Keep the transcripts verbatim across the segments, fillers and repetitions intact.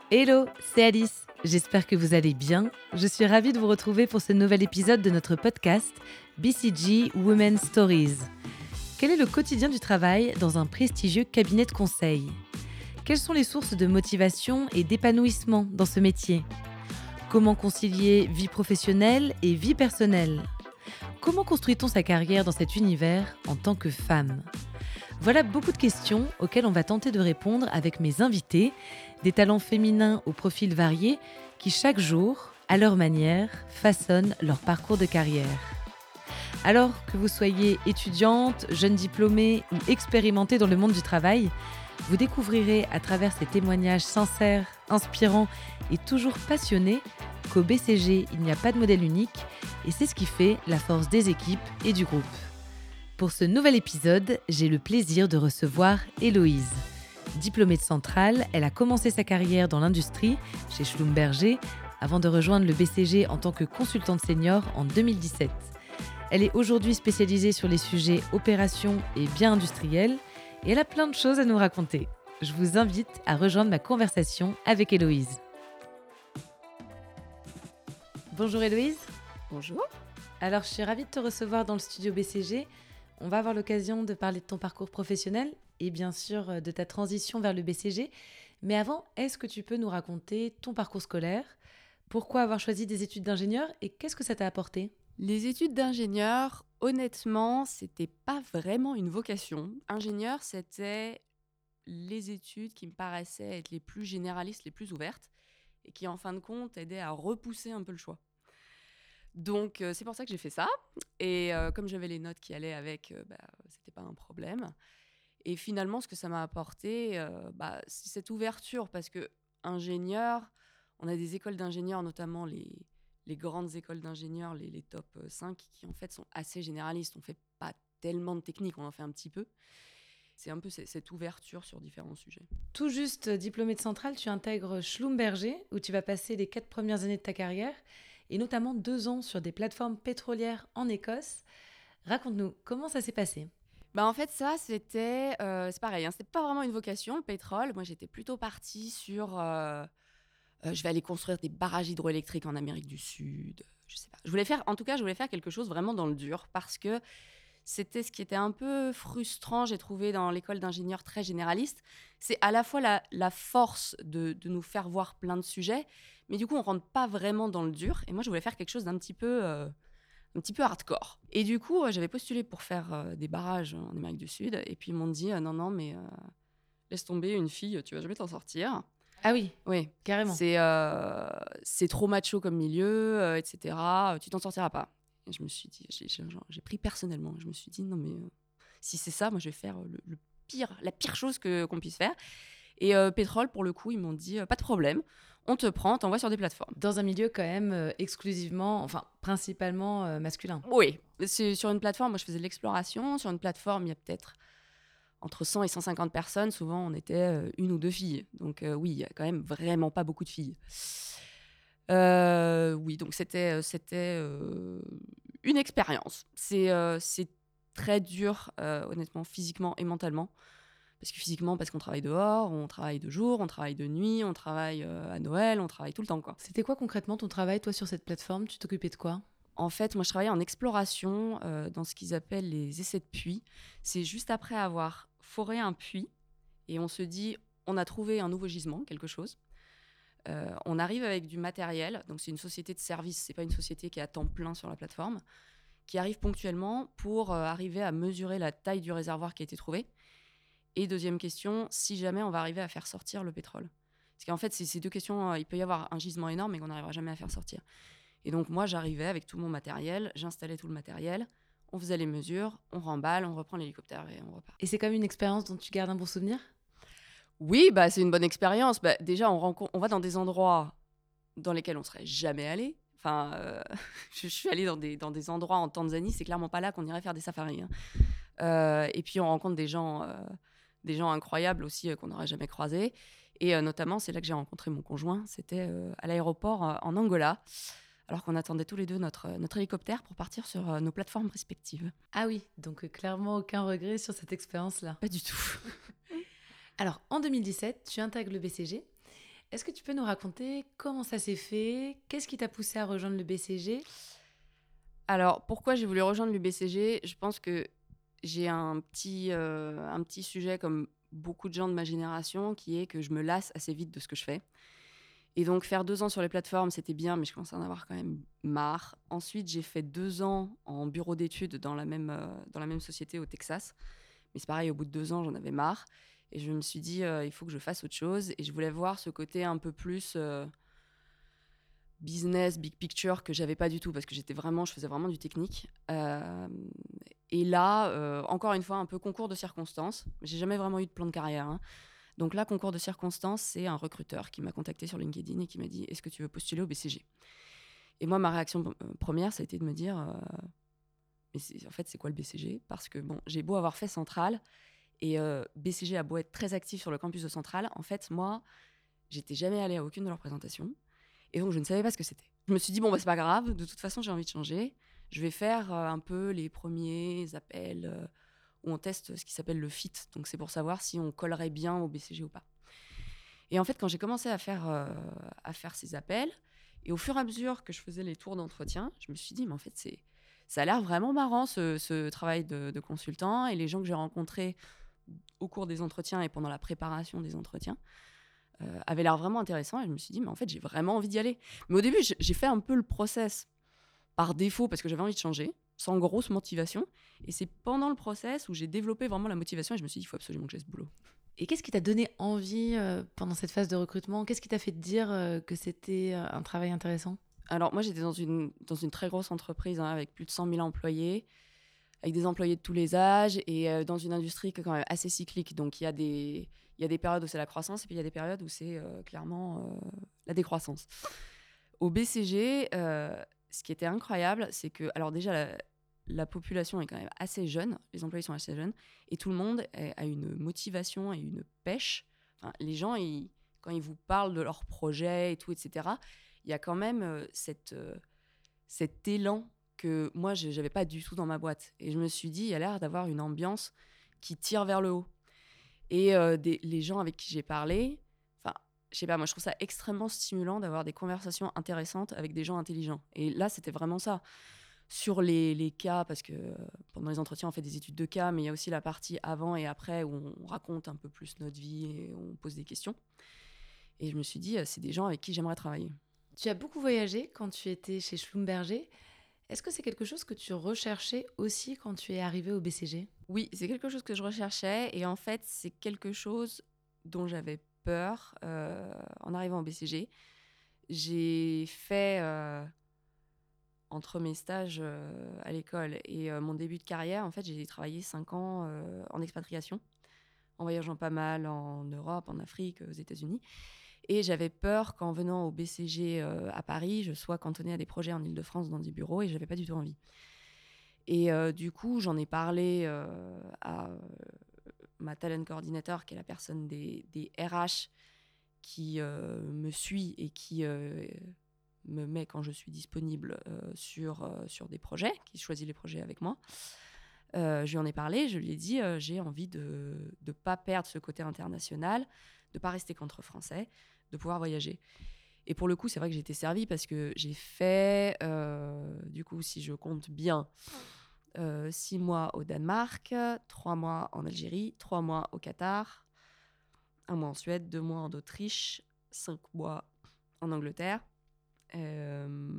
Hello, c'est Alice. J'espère que vous allez bien. Je suis ravie de vous retrouver pour ce nouvel épisode de notre podcast B C G Women's Stories. Quel est le quotidien du travail dans un prestigieux cabinet de conseil ? Quelles sont les sources de motivation et d'épanouissement dans ce métier ? Comment concilier vie professionnelle et vie personnelle ? Comment construit-on sa carrière dans cet univers en tant que femme ? Voilà beaucoup de questions auxquelles on va tenter de répondre avec mes invités, des talents féminins aux profils variés qui chaque jour, à leur manière, façonnent leur parcours de carrière. Alors que vous soyez étudiante, jeune diplômée ou expérimentée dans le monde du travail, vous découvrirez à travers ces témoignages sincères, inspirants et toujours passionnés qu'au B C G, il n'y a pas de modèle unique et c'est ce qui fait la force des équipes et du groupe. Pour ce nouvel épisode, j'ai le plaisir de recevoir Héloïse. Diplômée de Centrale, elle a commencé sa carrière dans l'industrie, chez Schlumberger, avant de rejoindre le B C G en tant que consultante senior en deux mille dix-sept. Elle est aujourd'hui spécialisée sur les sujets opérations et biens industriels, et elle a plein de choses à nous raconter. Je vous invite à rejoindre ma conversation avec Héloïse. Bonjour Héloïse. Bonjour. Alors, je suis ravie de te recevoir dans le studio B C G. On va avoir l'occasion de parler de ton parcours professionnel et bien sûr de ta transition vers le B C G. Mais avant, est-ce que tu peux nous raconter ton parcours scolaire ? Pourquoi avoir choisi des études d'ingénieur et qu'est-ce que ça t'a apporté ? Les études d'ingénieur, honnêtement, c'était pas vraiment une vocation. Ingénieur, c'était les études qui me paraissaient être les plus généralistes, les plus ouvertes et qui, en fin de compte, aidaient à repousser un peu le choix. Donc, euh, c'est pour ça que j'ai fait ça. Et euh, comme j'avais les notes qui allaient avec, euh, bah, c'était pas un problème. Et finalement, ce que ça m'a apporté, euh, bah, c'est cette ouverture. Parce que ingénieur, on a des écoles d'ingénieurs, notamment les, les grandes écoles d'ingénieurs, les, les top cinq, qui en fait sont assez généralistes. On fait pas tellement de technique, on en fait un petit peu. C'est un peu c- cette ouverture sur différents sujets. Tout juste diplômée de Centrale, tu intègres Schlumberger, où tu vas passer les quatre premières années de ta carrière, et notamment deux ans sur des plateformes pétrolières en Écosse. Raconte-nous, comment ça s'est passé ? Bah en fait, ça, c'était... Euh, c'est pareil, hein, c'était pas vraiment une vocation, le pétrole. Moi, j'étais plutôt partie sur... Euh, euh, je vais aller construire des barrages hydroélectriques en Amérique du Sud. Je sais pas. Je voulais faire... En tout cas, je voulais faire quelque chose vraiment dans le dur, parce que c'était ce qui était un peu frustrant, j'ai trouvé, dans l'école d'ingénieurs très généraliste. C'est à la fois la, la force de, de nous faire voir plein de sujets, mais du coup, on rentre pas vraiment dans le dur. Et moi, je voulais faire quelque chose d'un petit peu... Euh, un petit peu hardcore. Et du coup, euh, j'avais postulé pour faire euh, des barrages en Amérique du Sud. Et puis, ils m'ont dit, euh, non, non, mais euh, laisse tomber, une fille, tu vas jamais t'en sortir. Ah oui, Oui, carrément. c'est, euh, c'est trop macho comme milieu, euh, et cetera. Tu t'en sortiras pas. Et je me suis dit, j'ai, j'ai, genre, j'ai pris personnellement. Je me suis dit, non, mais euh, si c'est ça, moi, je vais faire le, le pire, la pire chose que, qu'on puisse faire. Et euh, pétrole, pour le coup, ils m'ont dit, euh, pas de problème, on te prend, t'envoie sur des plateformes. Dans un milieu quand même euh, exclusivement, enfin principalement euh, masculin. Oui, c'est sur une plateforme, moi je faisais de l'exploration. Sur une plateforme, il y a peut-être entre cent et cent cinquante personnes. Souvent, on était euh, une ou deux filles. Donc euh, oui, il y a quand même vraiment pas beaucoup de filles. Euh, oui, donc c'était, c'était euh, une expérience. C'est, euh, c'est très dur, euh, honnêtement, physiquement et mentalement. Parce que physiquement, parce qu'on travaille dehors, on travaille de jour, on travaille de nuit, on travaille euh, à Noël, on travaille tout le temps, quoi. C'était quoi concrètement ton travail, toi, sur cette plateforme ? Tu t'occupais de quoi ? En fait, moi, je travaillais en exploration euh, dans ce qu'ils appellent les essais de puits. C'est juste après avoir foré un puits et on se dit, on a trouvé un nouveau gisement, quelque chose. Euh, on arrive avec du matériel, donc c'est une société de service, c'est pas une société qui est à temps plein sur la plateforme, qui arrive ponctuellement pour euh, arriver à mesurer la taille du réservoir qui a été trouvé. Et deuxième question, si jamais on va arriver à faire sortir le pétrole. Parce qu'en fait, c'est ces deux questions, euh, il peut y avoir un gisement énorme mais qu'on n'arrivera jamais à faire sortir. Et donc, moi, j'arrivais avec tout mon matériel, j'installais tout le matériel, on faisait les mesures, on remballe, on reprend l'hélicoptère et on repart. Et c'est comme une expérience dont tu gardes un bon souvenir ? Oui, bah, c'est une bonne expérience. Bah, déjà, on, rencontre, on va dans des endroits dans lesquels on ne serait jamais allé. Enfin, euh, je suis allée dans des, dans des endroits en Tanzanie, c'est clairement pas là qu'on irait faire des safaris. Hein. Euh, et puis, on rencontre des gens, euh, des gens incroyables aussi euh, qu'on n'aurait jamais croisés. Et euh, notamment, c'est là que j'ai rencontré mon conjoint. C'était euh, à l'aéroport euh, en Angola. Alors qu'on attendait tous les deux notre, notre hélicoptère pour partir sur euh, nos plateformes respectives. Ah oui, donc euh, clairement aucun regret sur cette expérience-là. Pas du tout. Alors, en deux mille dix-sept, tu intègres le B C G. Est-ce que tu peux nous raconter comment ça s'est fait? Qu'est-ce qui t'a poussé à rejoindre le B C G? Alors, pourquoi j'ai voulu rejoindre l'U B C G? Je pense que j'ai un petit, heu, un petit sujet comme beaucoup de gens de ma génération qui est que je me lasse assez vite de ce que je fais et donc faire deux ans sur les plateformes, c'était bien, mais je commençais à en avoir quand même marre. Ensuite, j'ai fait deux ans en bureau d'études dans la même, heu, dans la même société au Texas, mais c'est pareil, au bout de deux ans, j'en avais marre et je me suis dit, heu: «Il faut que je fasse autre chose» et je voulais voir ce côté un peu plus, heu business, big picture que j'avais pas du tout parce que j'étais vraiment, je faisais vraiment du technique. Euh, et là, euh, encore une fois, un peu concours de circonstances. J'ai jamais vraiment eu de plan de carrière, hein. Donc là, concours de circonstances, c'est un recruteur qui m'a contacté sur LinkedIn et qui m'a dit: Est-ce que tu veux postuler au B C G? Et moi, ma réaction euh, première, ça a été de me dire euh, Mais c'est- en fait, c'est quoi le B C G? Parce que bon, j'ai beau avoir fait Centrale et euh, B C G a beau être très actif sur le campus de Centrale, en fait, moi, j'étais jamais allée à aucune de leurs présentations. Et donc, je ne savais pas ce que c'était. Je me suis dit, bon, bah, c'est pas grave, de toute façon, j'ai envie de changer. Je vais faire euh, un peu les premiers appels euh, où on teste ce qui s'appelle le fit. Donc, c'est pour savoir si on collerait bien au B C G ou pas. Et en fait, quand j'ai commencé à faire, euh, à faire ces appels, et au fur et à mesure que je faisais les tours d'entretien, je me suis dit, mais en fait, c'est, ça a l'air vraiment marrant, ce, ce travail de, de consultant. Et les gens que j'ai rencontrés au cours des entretiens et pendant la préparation des entretiens, euh, avait l'air vraiment intéressant et je me suis dit mais en fait j'ai vraiment envie d'y aller. Mais au début j'ai j'ai fait un peu le process par défaut parce que j'avais envie de changer, sans grosse motivation, et c'est pendant le process où j'ai développé vraiment la motivation et je me suis dit il faut absolument que j'ai ce boulot. Et qu'est-ce qui t'a donné envie euh, pendant cette phase de recrutement? Qu'est-ce qui t'a fait te dire euh, que c'était euh, un travail intéressant? Alors moi j'étais dans une, dans une très grosse entreprise, hein, avec plus de cent mille employés, avec des employés de tous les âges et euh, dans une industrie qui est quand même assez cyclique. Donc il y a des, il y a des périodes où c'est la croissance et puis il y a des périodes où c'est euh, clairement euh, la décroissance. Au B C G, euh, ce qui était incroyable, c'est que, alors déjà, la, la population est quand même assez jeune, les employés sont assez jeunes, et tout le monde est- a une motivation et une pêche. Enfin, les gens, ils- quand ils vous parlent de leurs projets et tout, et cetera, il y a quand même euh, cette, euh, cet élan que moi, je n'avais pas du tout dans ma boîte. Et je me suis dit, il y a l'air d'avoir une ambiance qui tire vers le haut. Et euh, des, les gens avec qui j'ai parlé, enfin, je sais pas, moi je trouve ça extrêmement stimulant d'avoir des conversations intéressantes avec des gens intelligents. Et là, c'était vraiment ça. Sur les, les cas, parce que euh, pendant les entretiens, on fait des études de cas, mais il y a aussi la partie avant et après où on raconte un peu plus notre vie et on pose des questions. Et je me suis dit, euh, c'est des gens avec qui j'aimerais travailler. Tu as beaucoup voyagé quand tu étais chez Schlumberger. Est-ce que c'est quelque chose que tu recherchais aussi quand tu es arrivé au B C G? Oui, c'est quelque chose que je recherchais et en fait, c'est quelque chose dont j'avais peur euh, en arrivant au B C G. J'ai fait, euh, entre mes stages euh, à l'école et euh, mon début de carrière, en fait, j'ai travaillé cinq ans euh, en expatriation, en voyageant pas mal en Europe, en Afrique, aux États-Unis. Et j'avais peur qu'en venant au B C G euh, à Paris, je sois cantonnée à des projets en Île-de-France dans des bureaux et j'avais pas du tout envie. Et euh, du coup, j'en ai parlé euh, à euh, ma talent coordinator, qui est la personne des, des R H qui euh, me suit et qui euh, me met quand je suis disponible euh, sur, euh, sur des projets, qui choisit les projets avec moi. Euh, je lui en ai parlé, je lui ai dit euh, j'ai envie de ne pas perdre ce côté international, de ne pas rester qu'entre Français, de pouvoir voyager. Et pour le coup, c'est vrai que j'ai été servie parce que j'ai fait, euh, du coup, si je compte bien, euh, six mois au Danemark, trois mois en Algérie, trois mois au Qatar, un mois en Suède, deux mois en Autriche, cinq mois en Angleterre, euh,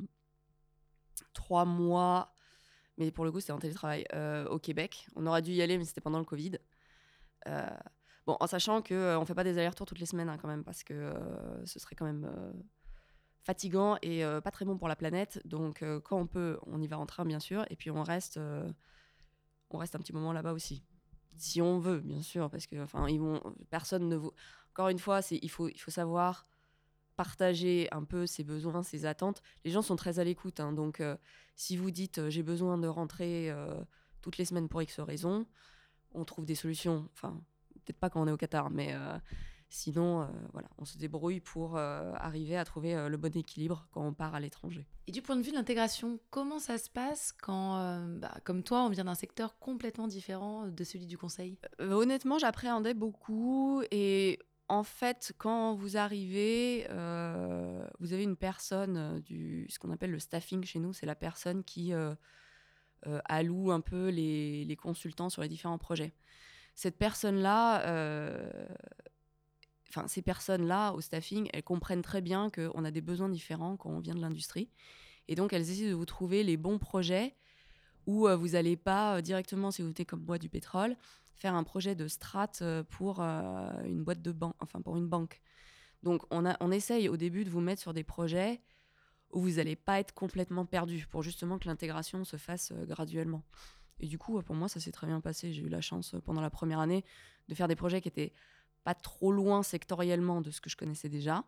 trois mois, mais pour le coup, c'était en télétravail, euh, au Québec. On aurait dû y aller, mais c'était pendant le Covid. Euh, bon, en sachant qu'on euh, ne fait pas des allers-retours toutes les semaines, hein, quand même, parce que euh, ce serait quand même euh, fatigant et euh, pas très bon pour la planète. Donc, euh, quand on peut, on y va en train, bien sûr, et puis on reste, euh, on reste un petit moment là-bas aussi. Si on veut, bien sûr, parce que enfin, ils vont, personne ne vaut. Encore une fois, c'est, il faut, il faut savoir partager un peu ses besoins, ses attentes. Les gens sont très à l'écoute, hein, donc euh, si vous dites euh, j'ai besoin de rentrer euh, toutes les semaines pour X raisons, on trouve des solutions. Enfin, peut-être pas quand on est au Qatar, mais euh, sinon, euh, voilà, on se débrouille pour euh, arriver à trouver euh, le bon équilibre quand on part à l'étranger. Et du point de vue de l'intégration, comment ça se passe quand, euh, bah, comme toi, on vient d'un secteur complètement différent de celui du conseil? Euh, honnêtement, j'appréhendais beaucoup et En fait, quand vous arrivez, euh, vous avez une personne, euh, du, ce qu'on appelle le staffing chez nous, c'est la personne qui euh, euh, alloue un peu les, les consultants sur les différents projets. Cette personne-là, euh, enfin ces personnes-là au staffing, elles comprennent très bien qu'on a des besoins différents quand on vient de l'industrie. Et donc, elles essaient de vous trouver les bons projets où euh, vous n'allez pas euh, directement, si vous venez comme moi du pétrole, faire un projet de strat euh, pour euh, une boîte de banque, enfin pour une banque. Donc, on, a, on essaye au début de vous mettre sur des projets où vous n'allez pas être complètement perdu pour justement que l'intégration se fasse euh, graduellement. Et du coup, pour moi, ça s'est très bien passé. J'ai eu la chance euh, pendant la première année de faire des projets qui étaient pas trop loin sectoriellement de ce que je connaissais déjà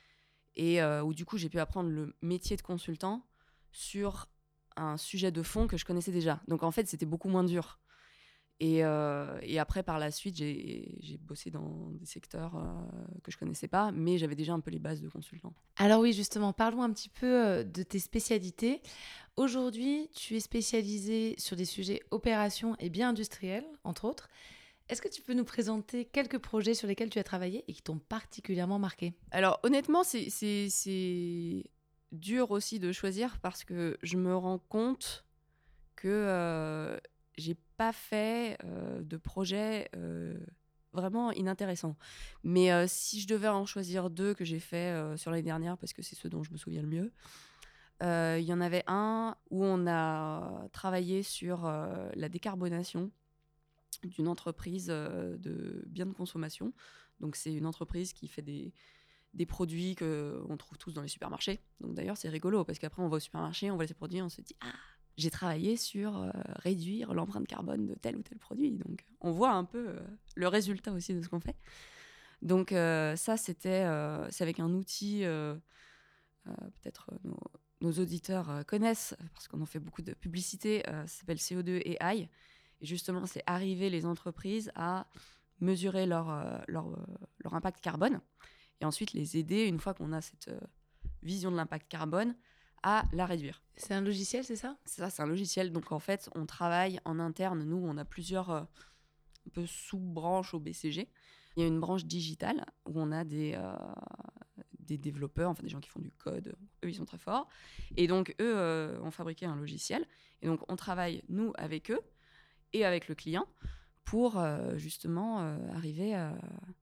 et euh, où du coup, j'ai pu apprendre le métier de consultant sur un sujet de fond que je connaissais déjà. Donc en fait, c'était beaucoup moins dur. Et, euh, et après, par la suite, j'ai, j'ai bossé dans des secteurs euh, que je connaissais pas, mais j'avais déjà un peu les bases de consultant. Alors oui, justement, parlons un petit peu euh, de tes spécialités. Aujourd'hui, tu es spécialisée sur des sujets opérations et bien industriels, entre autres. Est-ce que tu peux nous présenter quelques projets sur lesquels tu as travaillé et qui t'ont particulièrement marqué ? Alors honnêtement, c'est, c'est, c'est dur aussi de choisir parce que je me rends compte que euh, j'ai pas fait euh, de projet euh, vraiment inintéressant. Mais euh, si je devais en choisir deux que j'ai fait euh, sur l'année dernière, parce que c'est ceux dont je me souviens le mieux, il euh, y en avait un où on a travaillé sur euh, la décarbonation d'une entreprise euh, de biens de consommation. Donc c'est une entreprise qui fait des, des produits qu'on trouve tous dans les supermarchés. Donc d'ailleurs c'est rigolo parce qu'après on va au supermarché, on voit ces produits, on se dit « Ah !» J'ai travaillé sur euh, réduire l'empreinte carbone de tel ou tel produit. Donc, on voit un peu euh, le résultat aussi de ce qu'on fait. Donc, euh, ça, c'était euh, c'est avec un outil, euh, euh, peut-être nos, nos auditeurs euh, connaissent, parce qu'on en fait beaucoup de publicité, euh, ça s'appelle C O deux et A I. Et justement, c'est arriver les entreprises à mesurer leur, euh, leur, euh, leur impact carbone et ensuite les aider, une fois qu'on a cette euh, vision de l'impact carbone, à la réduire. C'est un logiciel, c'est ça ? C'est ça, c'est un logiciel. Donc, en fait, on travaille en interne. Nous, on a plusieurs euh, un peu sous-branches au B C G. Il y a une branche digitale où on a des, euh, des développeurs, enfin des gens qui font du code. Eux, ils sont très forts. Et donc, eux euh, ont fabriqué un logiciel. Et donc, on travaille, nous, avec eux et avec le client pour euh, justement euh, arriver à...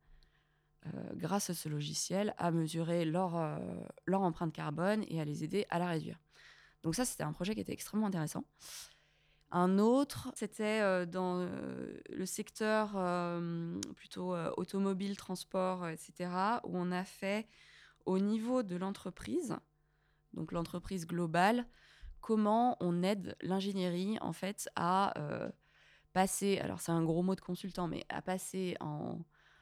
Euh, grâce à ce logiciel, à mesurer leur, euh, leur empreinte carbone et à les aider à la réduire. Donc ça, c'était un projet qui était extrêmement intéressant. Un autre, c'était euh, dans euh, le secteur euh, plutôt euh, automobile, transport, et cetera, où on a fait au niveau de l'entreprise, donc l'entreprise globale, comment on aide l'ingénierie en fait à euh, passer, alors c'est un gros mot de consultant, mais à passer en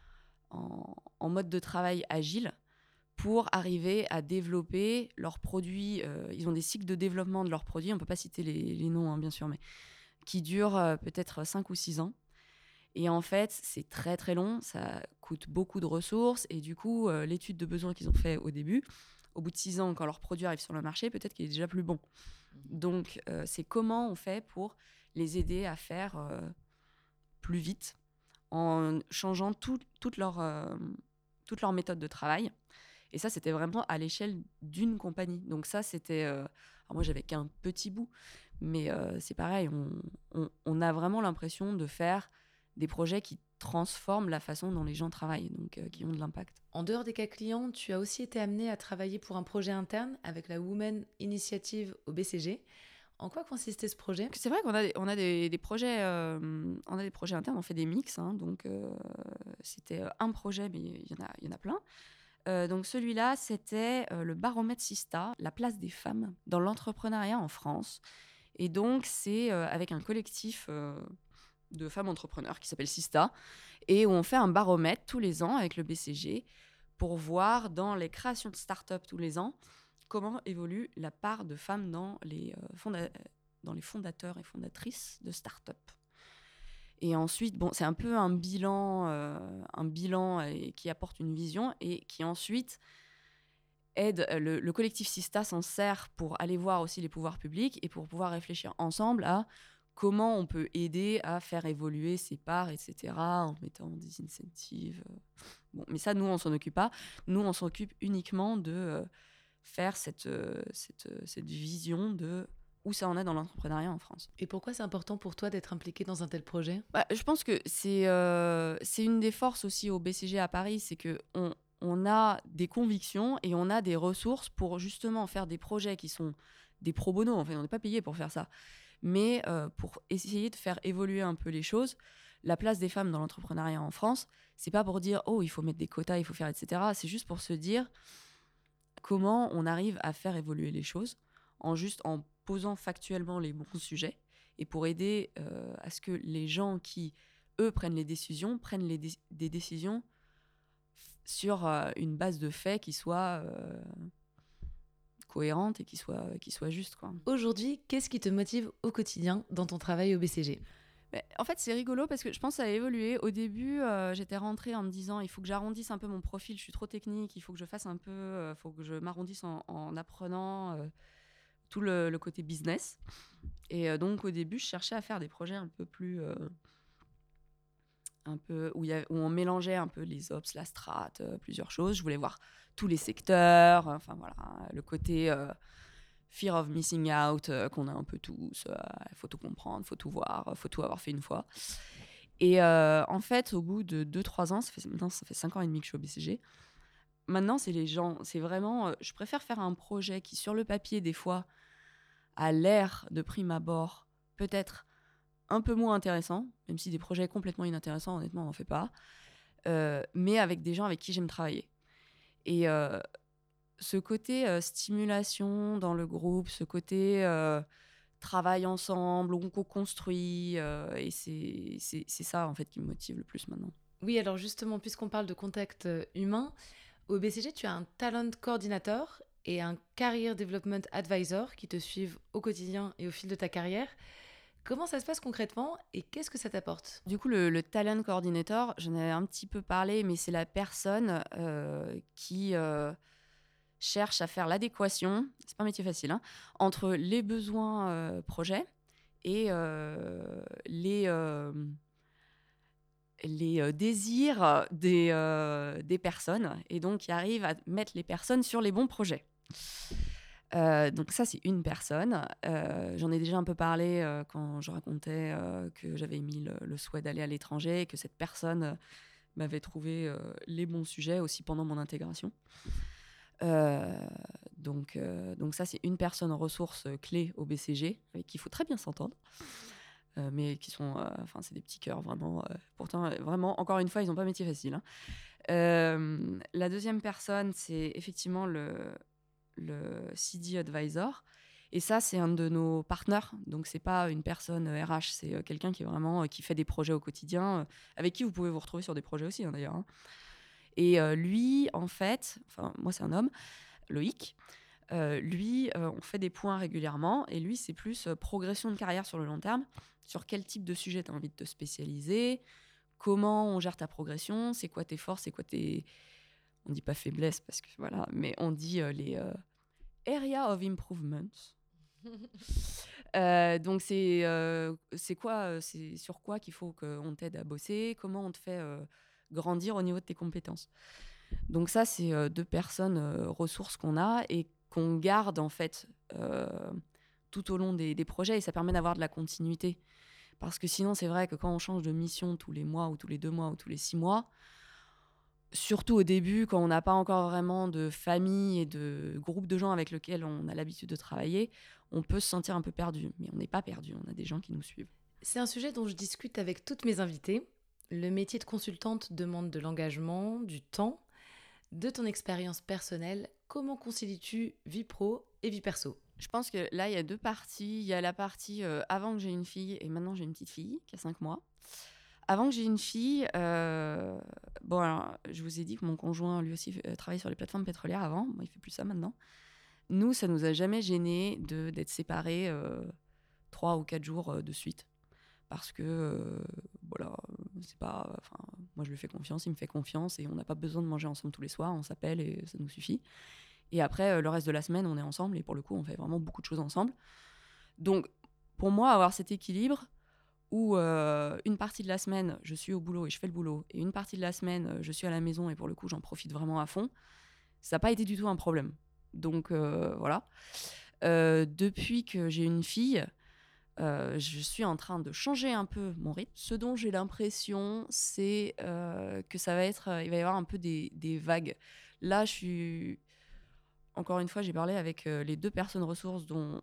En, en mode de travail agile pour arriver à développer leurs produits. Euh, ils ont des cycles de développement de leurs produits, on ne peut pas citer les, les noms, hein, bien sûr, mais qui durent euh, peut-être cinq ou six ans. Et en fait, c'est très très long, ça coûte beaucoup de ressources. Et du coup, euh, l'étude de besoin qu'ils ont fait au début, au bout de six ans, quand leur produit arrive sur le marché, peut-être qu'il est déjà plus bon. Donc, euh, c'est comment on fait pour les aider à faire euh, plus vite, en changeant tout, toute, leur, euh, toute leur méthode de travail. Et ça, c'était vraiment à l'échelle d'une compagnie. Donc ça, c'était... Euh, alors moi, j'avais qu'un petit bout, mais euh, c'est pareil, on, on, on a vraiment l'impression de faire des projets qui transforment la façon dont les gens travaillent, donc euh, qui ont de l'impact. En dehors des cas clients, tu as aussi été amenée à travailler pour un projet interne avec la Women Initiative au B C G. En quoi consistait ce projet ? C'est vrai qu'on a, des, on a des, des projets, euh, on a des projets internes, on fait des mix, hein, donc euh, c'était un projet, mais il y en a, il y en a plein. Euh, donc celui-là, c'était euh, le baromètre Sista, la place des femmes dans l'entrepreneuriat en France. Et donc c'est euh, avec un collectif euh, de femmes entrepreneurs qui s'appelle Sista, et où on fait un baromètre tous les ans avec le B C G pour voir dans les créations de start-up tous les ans comment évolue la part de femmes dans les, euh, fonda- dans les fondateurs et fondatrices de start-up. Et ensuite, bon, c'est un peu un bilan, euh, un bilan euh, qui apporte une vision et qui ensuite aide, le, le collectif Sista s'en sert pour aller voir aussi les pouvoirs publics et pour pouvoir réfléchir ensemble à comment on peut aider à faire évoluer ces parts, et cetera, en mettant des incentives. Bon, mais ça, nous, on s'en occupe pas. Nous, on s'occupe uniquement de euh, faire cette, euh, cette, euh, cette vision de où ça en est dans l'entrepreneuriat en France. Et pourquoi c'est important pour toi d'être impliqué dans un tel projet ? Bah, je pense que c'est, euh, c'est une des forces aussi au B C G à Paris, c'est qu'on on a des convictions et on a des ressources pour justement faire des projets qui sont des pro bono. En fait, on n'est pas payé pour faire ça. Mais euh, pour essayer de faire évoluer un peu les choses, la place des femmes dans l'entrepreneuriat en France, c'est pas pour dire « Oh, il faut mettre des quotas, il faut faire, et cetera » C'est juste pour se dire comment on arrive à faire évoluer les choses en juste en posant factuellement les bons sujets et pour aider euh, à ce que les gens qui, eux, prennent les décisions, prennent les dé- des décisions sur euh, une base de faits qui soit euh, cohérente et qui soit, qui soit juste, quoi. Aujourd'hui, qu'est-ce qui te motive au quotidien dans ton travail au B C G ? Mais en fait, c'est rigolo parce que je pense que ça a évolué. Au début, euh, j'étais rentrée en me disant il faut que j'arrondisse un peu mon profil, je suis trop technique, il faut que je fasse un peu, il euh, faut que je m'arrondisse en, en apprenant euh, tout le, le côté business. Et euh, donc, au début, je cherchais à faire des projets un peu plus. Euh, un peu, où, y a, où on mélangeait un peu les ops, la strat, euh, plusieurs choses. Je voulais voir tous les secteurs, euh, enfin voilà, le côté euh, fear of missing out euh, qu'on a un peu tous. Il euh, faut tout comprendre, il faut tout voir, il faut tout avoir fait une fois. Et euh, en fait, au bout de deux trois ans, ça fait, maintenant ça fait cinq ans et demi que je suis au B C G, maintenant c'est les gens, c'est vraiment, euh, je préfère faire un projet qui sur le papier des fois a l'air de prime abord peut-être un peu moins intéressant, même si des projets complètement inintéressants, honnêtement, on n'en fait pas, euh, mais avec des gens avec qui j'aime travailler. Et euh, ce côté euh, stimulation dans le groupe, ce côté euh, travail ensemble, on co-construit, euh, et c'est, c'est, c'est ça, en fait, qui me motive le plus maintenant. Oui, alors justement, puisqu'on parle de contact euh, humain, au B C G, tu as un talent coordinator et un career development advisor qui te suivent au quotidien et au fil de ta carrière. Comment ça se passe concrètement et qu'est-ce que ça t'apporte ? Du coup, le, le talent coordinator, j'en avais un petit peu parlé, mais c'est la personne euh, qui euh, cherche à faire l'adéquation, c'est pas un métier facile, hein, entre les besoins euh, projets et euh, les, euh, les euh, désirs des, euh, des personnes, et donc qui arrive à mettre les personnes sur les bons projets. Euh, donc ça, c'est une personne. Euh, j'en ai déjà un peu parlé euh, quand je racontais euh, que j'avais émis le, le souhait d'aller à l'étranger et que cette personne euh, m'avait trouvé euh, les bons sujets aussi pendant mon intégration. Euh, donc, euh, donc ça, c'est une personne ressource clé au B C G avec qui il faut très bien s'entendre. Euh, mais qui sont, enfin, euh, c'est des petits cœurs vraiment. Euh, pourtant, vraiment, encore une fois, ils n'ont pas un métier facile, hein. Euh, la deuxième personne, c'est effectivement le le C D advisor. Et ça, c'est un de nos partenaires. Donc, c'est pas une personne R H, c'est quelqu'un qui est vraiment qui fait des projets au quotidien, avec qui vous pouvez vous retrouver sur des projets aussi, hein, d'ailleurs. Hein. Et euh, lui, en fait, enfin, moi, c'est un homme, Loïc. Euh, lui, euh, on fait des points régulièrement. Et lui, c'est plus euh, progression de carrière sur le long terme. Sur quel type de sujet tu as envie de te spécialiser, comment on gère ta progression, c'est quoi tes forces, c'est quoi tes... On dit pas faiblesse parce que voilà, mais on dit euh, les euh, area of improvement. euh, donc c'est euh, c'est quoi, c'est sur quoi qu'il faut qu'on t'aide à bosser, comment on te fait euh, grandir au niveau de tes compétences. Donc ça, c'est euh, deux personnes euh, ressources qu'on a et qu'on garde en fait euh, tout au long des, des projets, et ça permet d'avoir de la continuité. Parce que sinon, c'est vrai que quand on change de mission tous les mois ou tous les deux mois ou tous les six mois, surtout au début, quand on n'a pas encore vraiment de famille et de groupe de gens avec lesquels on a l'habitude de travailler, on peut se sentir un peu perdu. Mais on n'est pas perdu, on a des gens qui nous suivent. C'est un sujet dont je discute avec toutes mes invitées. Le métier de consultante demande de l'engagement, du temps. De ton expérience personnelle, comment concilies-tu vie pro et vie perso ? Je pense que là, il y a deux parties. Il y a la partie euh, avant que j'ai une fille, et maintenant j'ai une petite fille qui a cinq mois. Avant que j'ai une fille, euh, bon, alors, je vous ai dit que mon conjoint, lui aussi, euh, travaillait sur les plateformes pétrolières avant. Bon, il fait plus ça maintenant. Nous, ça nous a jamais gênés de, d'être séparés euh, trois ou quatre jours euh, de suite. Parce que, euh, voilà, c'est pas... Enfin, moi, je lui fais confiance, il me fait confiance, et on n'a pas besoin de manger ensemble tous les soirs. On s'appelle et ça nous suffit. Et après, euh, le reste de la semaine, on est ensemble, et pour le coup, on fait vraiment beaucoup de choses ensemble. Donc, pour moi, avoir cet équilibre, où euh, une partie de la semaine, je suis au boulot et je fais le boulot, et une partie de la semaine, je suis à la maison et pour le coup, j'en profite vraiment à fond, ça n'a pas été du tout un problème. Donc euh, voilà. Euh, depuis que j'ai une fille, euh, je suis en train de changer un peu mon rythme. Ce dont j'ai l'impression, c'est euh, que ça va être, euh, il va y avoir un peu des, des vagues. Là, je suis... Encore une fois, j'ai parlé avec euh, les deux personnes ressources dont,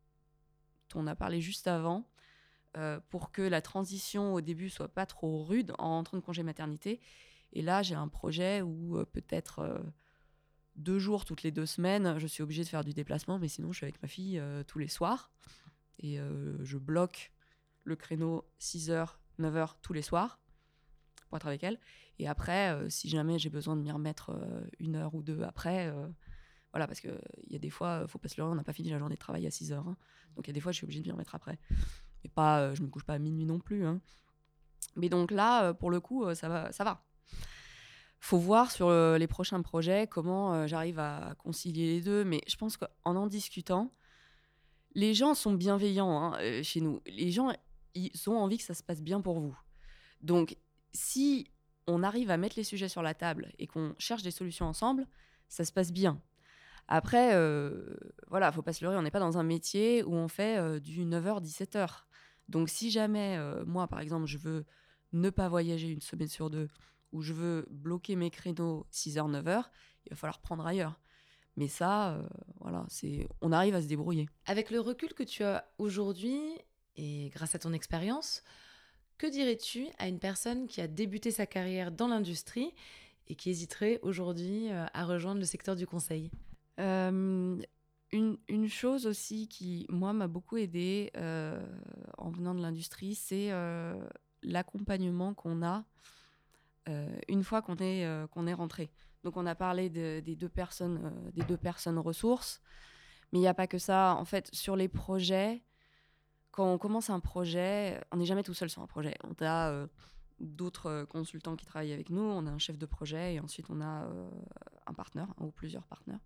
dont on a parlé juste avant, euh, pour que la transition au début soit pas trop rude en rentrant de congé maternité. Et là, j'ai un projet où euh, peut-être euh, deux jours toutes les deux semaines, je suis obligée de faire du déplacement, mais sinon, je suis avec ma fille euh, tous les soirs. Et euh, je bloque le créneau six heures, neuf heures tous les soirs pour être avec elle. Et après, euh, si jamais j'ai besoin de m'y remettre euh, une heure ou deux après, euh, voilà, parce qu'il y a des fois, il ne faut pas se leurrer, on n'a pas fini la journée de travail à six heures. Hein. Donc il y a des fois, je suis obligée de m'y remettre après. Mais pas, euh, je ne me couche pas à minuit non plus. Hein. Mais donc là, euh, pour le coup, euh, ça va. Ça va. Faut voir sur euh, les prochains projets comment euh, j'arrive à concilier les deux. Mais je pense qu'en en discutant, les gens sont bienveillants hein, euh, chez nous. Les gens, ils ont envie que ça se passe bien pour vous. Donc, si on arrive à mettre les sujets sur la table et qu'on cherche des solutions ensemble, ça se passe bien. Après, euh, voilà, faut pas se leurrer, on n'est pas dans un métier où on fait euh, du neuf heures dix-sept heures. Donc, si jamais, euh, moi, par exemple, je veux ne pas voyager une semaine sur deux, ou je veux bloquer mes créneaux six heures neuf heures, il va falloir prendre ailleurs. Mais ça, euh, voilà, c'est, on arrive à se débrouiller. Avec le recul que tu as aujourd'hui, et grâce à ton expérience, que dirais-tu à une personne qui a débuté sa carrière dans l'industrie et qui hésiterait aujourd'hui à rejoindre le secteur du conseil ? euh, une, une chose aussi qui, moi, m'a beaucoup aidée euh, en venant de l'industrie, c'est euh, l'accompagnement qu'on a euh, une fois qu'on est, euh, qu'on est rentré. Donc, on a parlé de, des, deux personnes, euh, des deux personnes ressources, mais il n'y a pas que ça. En fait, sur les projets, quand on commence un projet, on n'est jamais tout seul sur un projet. On a euh, d'autres euh, consultants qui travaillent avec nous, on a un chef de projet et ensuite on a euh, un partenaire, un ou plusieurs partenaires.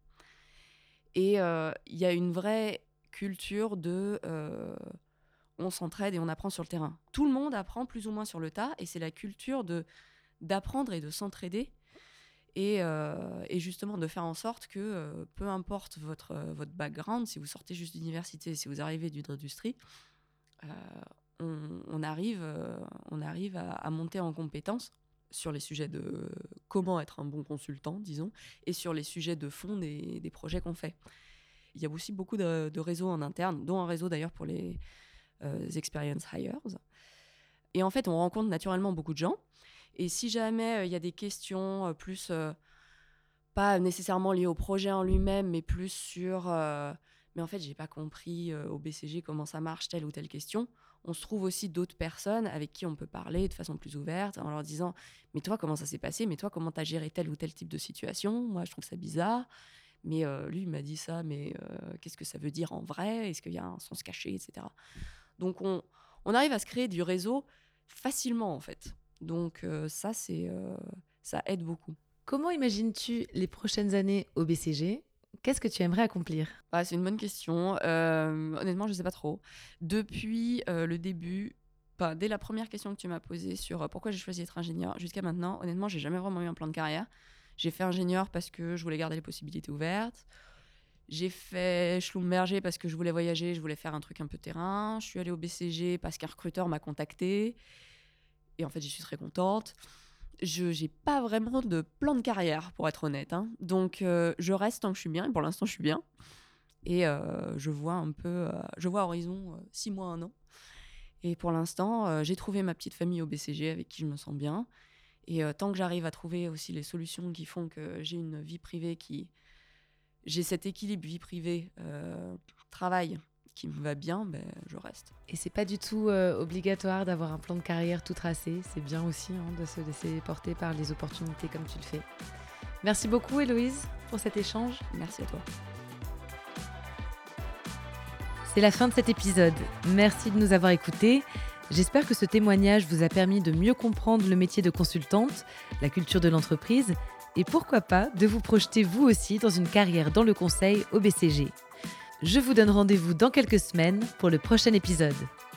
Et il euh, y a une vraie culture de... Euh, on s'entraide et on apprend sur le terrain. Tout le monde apprend plus ou moins sur le tas et c'est la culture de, d'apprendre et de s'entraider. Et, euh, et justement de faire en sorte que euh, peu importe votre, euh, votre background, si vous sortez juste d'université, si vous arrivez d'une industrie, euh, on, on arrive, euh, on arrive à, à monter en compétences sur les sujets de comment être un bon consultant, disons, et sur les sujets de fond des, des projets qu'on fait. Il y a aussi beaucoup de, de réseaux en interne, dont un réseau d'ailleurs pour les euh, Experience Hires. Et en fait, on rencontre naturellement beaucoup de gens. Et si jamais il euh, y a des questions euh, plus, euh, pas nécessairement liées au projet en lui-même, mais plus sur, euh, mais en fait, j'ai pas compris euh, au B C G comment ça marche, telle ou telle question, on se trouve aussi d'autres personnes avec qui on peut parler de façon plus ouverte, en leur disant, mais toi, comment ça s'est passé ? Mais toi, comment t'as géré tel ou tel type de situation ? Moi, je trouve ça bizarre. Mais euh, lui, il m'a dit ça, mais euh, qu'est-ce que ça veut dire en vrai ? Est-ce qu'il y a un sens caché, et cetera. Donc, on, on arrive à se créer du réseau facilement, en fait. Donc euh, ça, c'est, euh, ça aide beaucoup. Comment imagines-tu les prochaines années au B C G ? Qu'est-ce que tu aimerais accomplir ? Ah, c'est une bonne question. Euh, honnêtement, je ne sais pas trop. Depuis euh, le début, bah, dès la première question que tu m'as posée sur euh, pourquoi j'ai choisi d'être ingénieur, jusqu'à maintenant, honnêtement, je n'ai jamais vraiment eu un plan de carrière. J'ai fait ingénieur parce que je voulais garder les possibilités ouvertes. J'ai fait Schlumberger parce que je voulais voyager, je voulais faire un truc un peu terrain. Je suis allée au B C G parce qu'un recruteur m'a contactée. Et en fait, j'y suis très contente. Je n'ai pas vraiment de plan de carrière, pour être honnête. Hein. Donc, euh, je reste tant que je suis bien. Et pour l'instant, je suis bien. Et euh, je vois un peu... Euh, je vois horizon euh, six mois, un an. Et pour l'instant, euh, j'ai trouvé ma petite famille au B C G avec qui je me sens bien. Et euh, tant que j'arrive à trouver aussi les solutions qui font que j'ai une vie privée qui... J'ai cet équilibre vie privée, euh, travail qui me va bien, ben, je reste. Et c'est pas du tout euh, obligatoire d'avoir un plan de carrière tout tracé. C'est bien aussi hein, de se laisser porter par les opportunités comme tu le fais. Merci beaucoup Héloïse pour cet échange. Merci à toi. C'est la fin de cet épisode. Merci de nous avoir écoutés. J'espère que ce témoignage vous a permis de mieux comprendre le métier de consultante, la culture de l'entreprise et pourquoi pas de vous projeter vous aussi dans une carrière dans le conseil au B C G. Je vous donne rendez-vous dans quelques semaines pour le prochain épisode.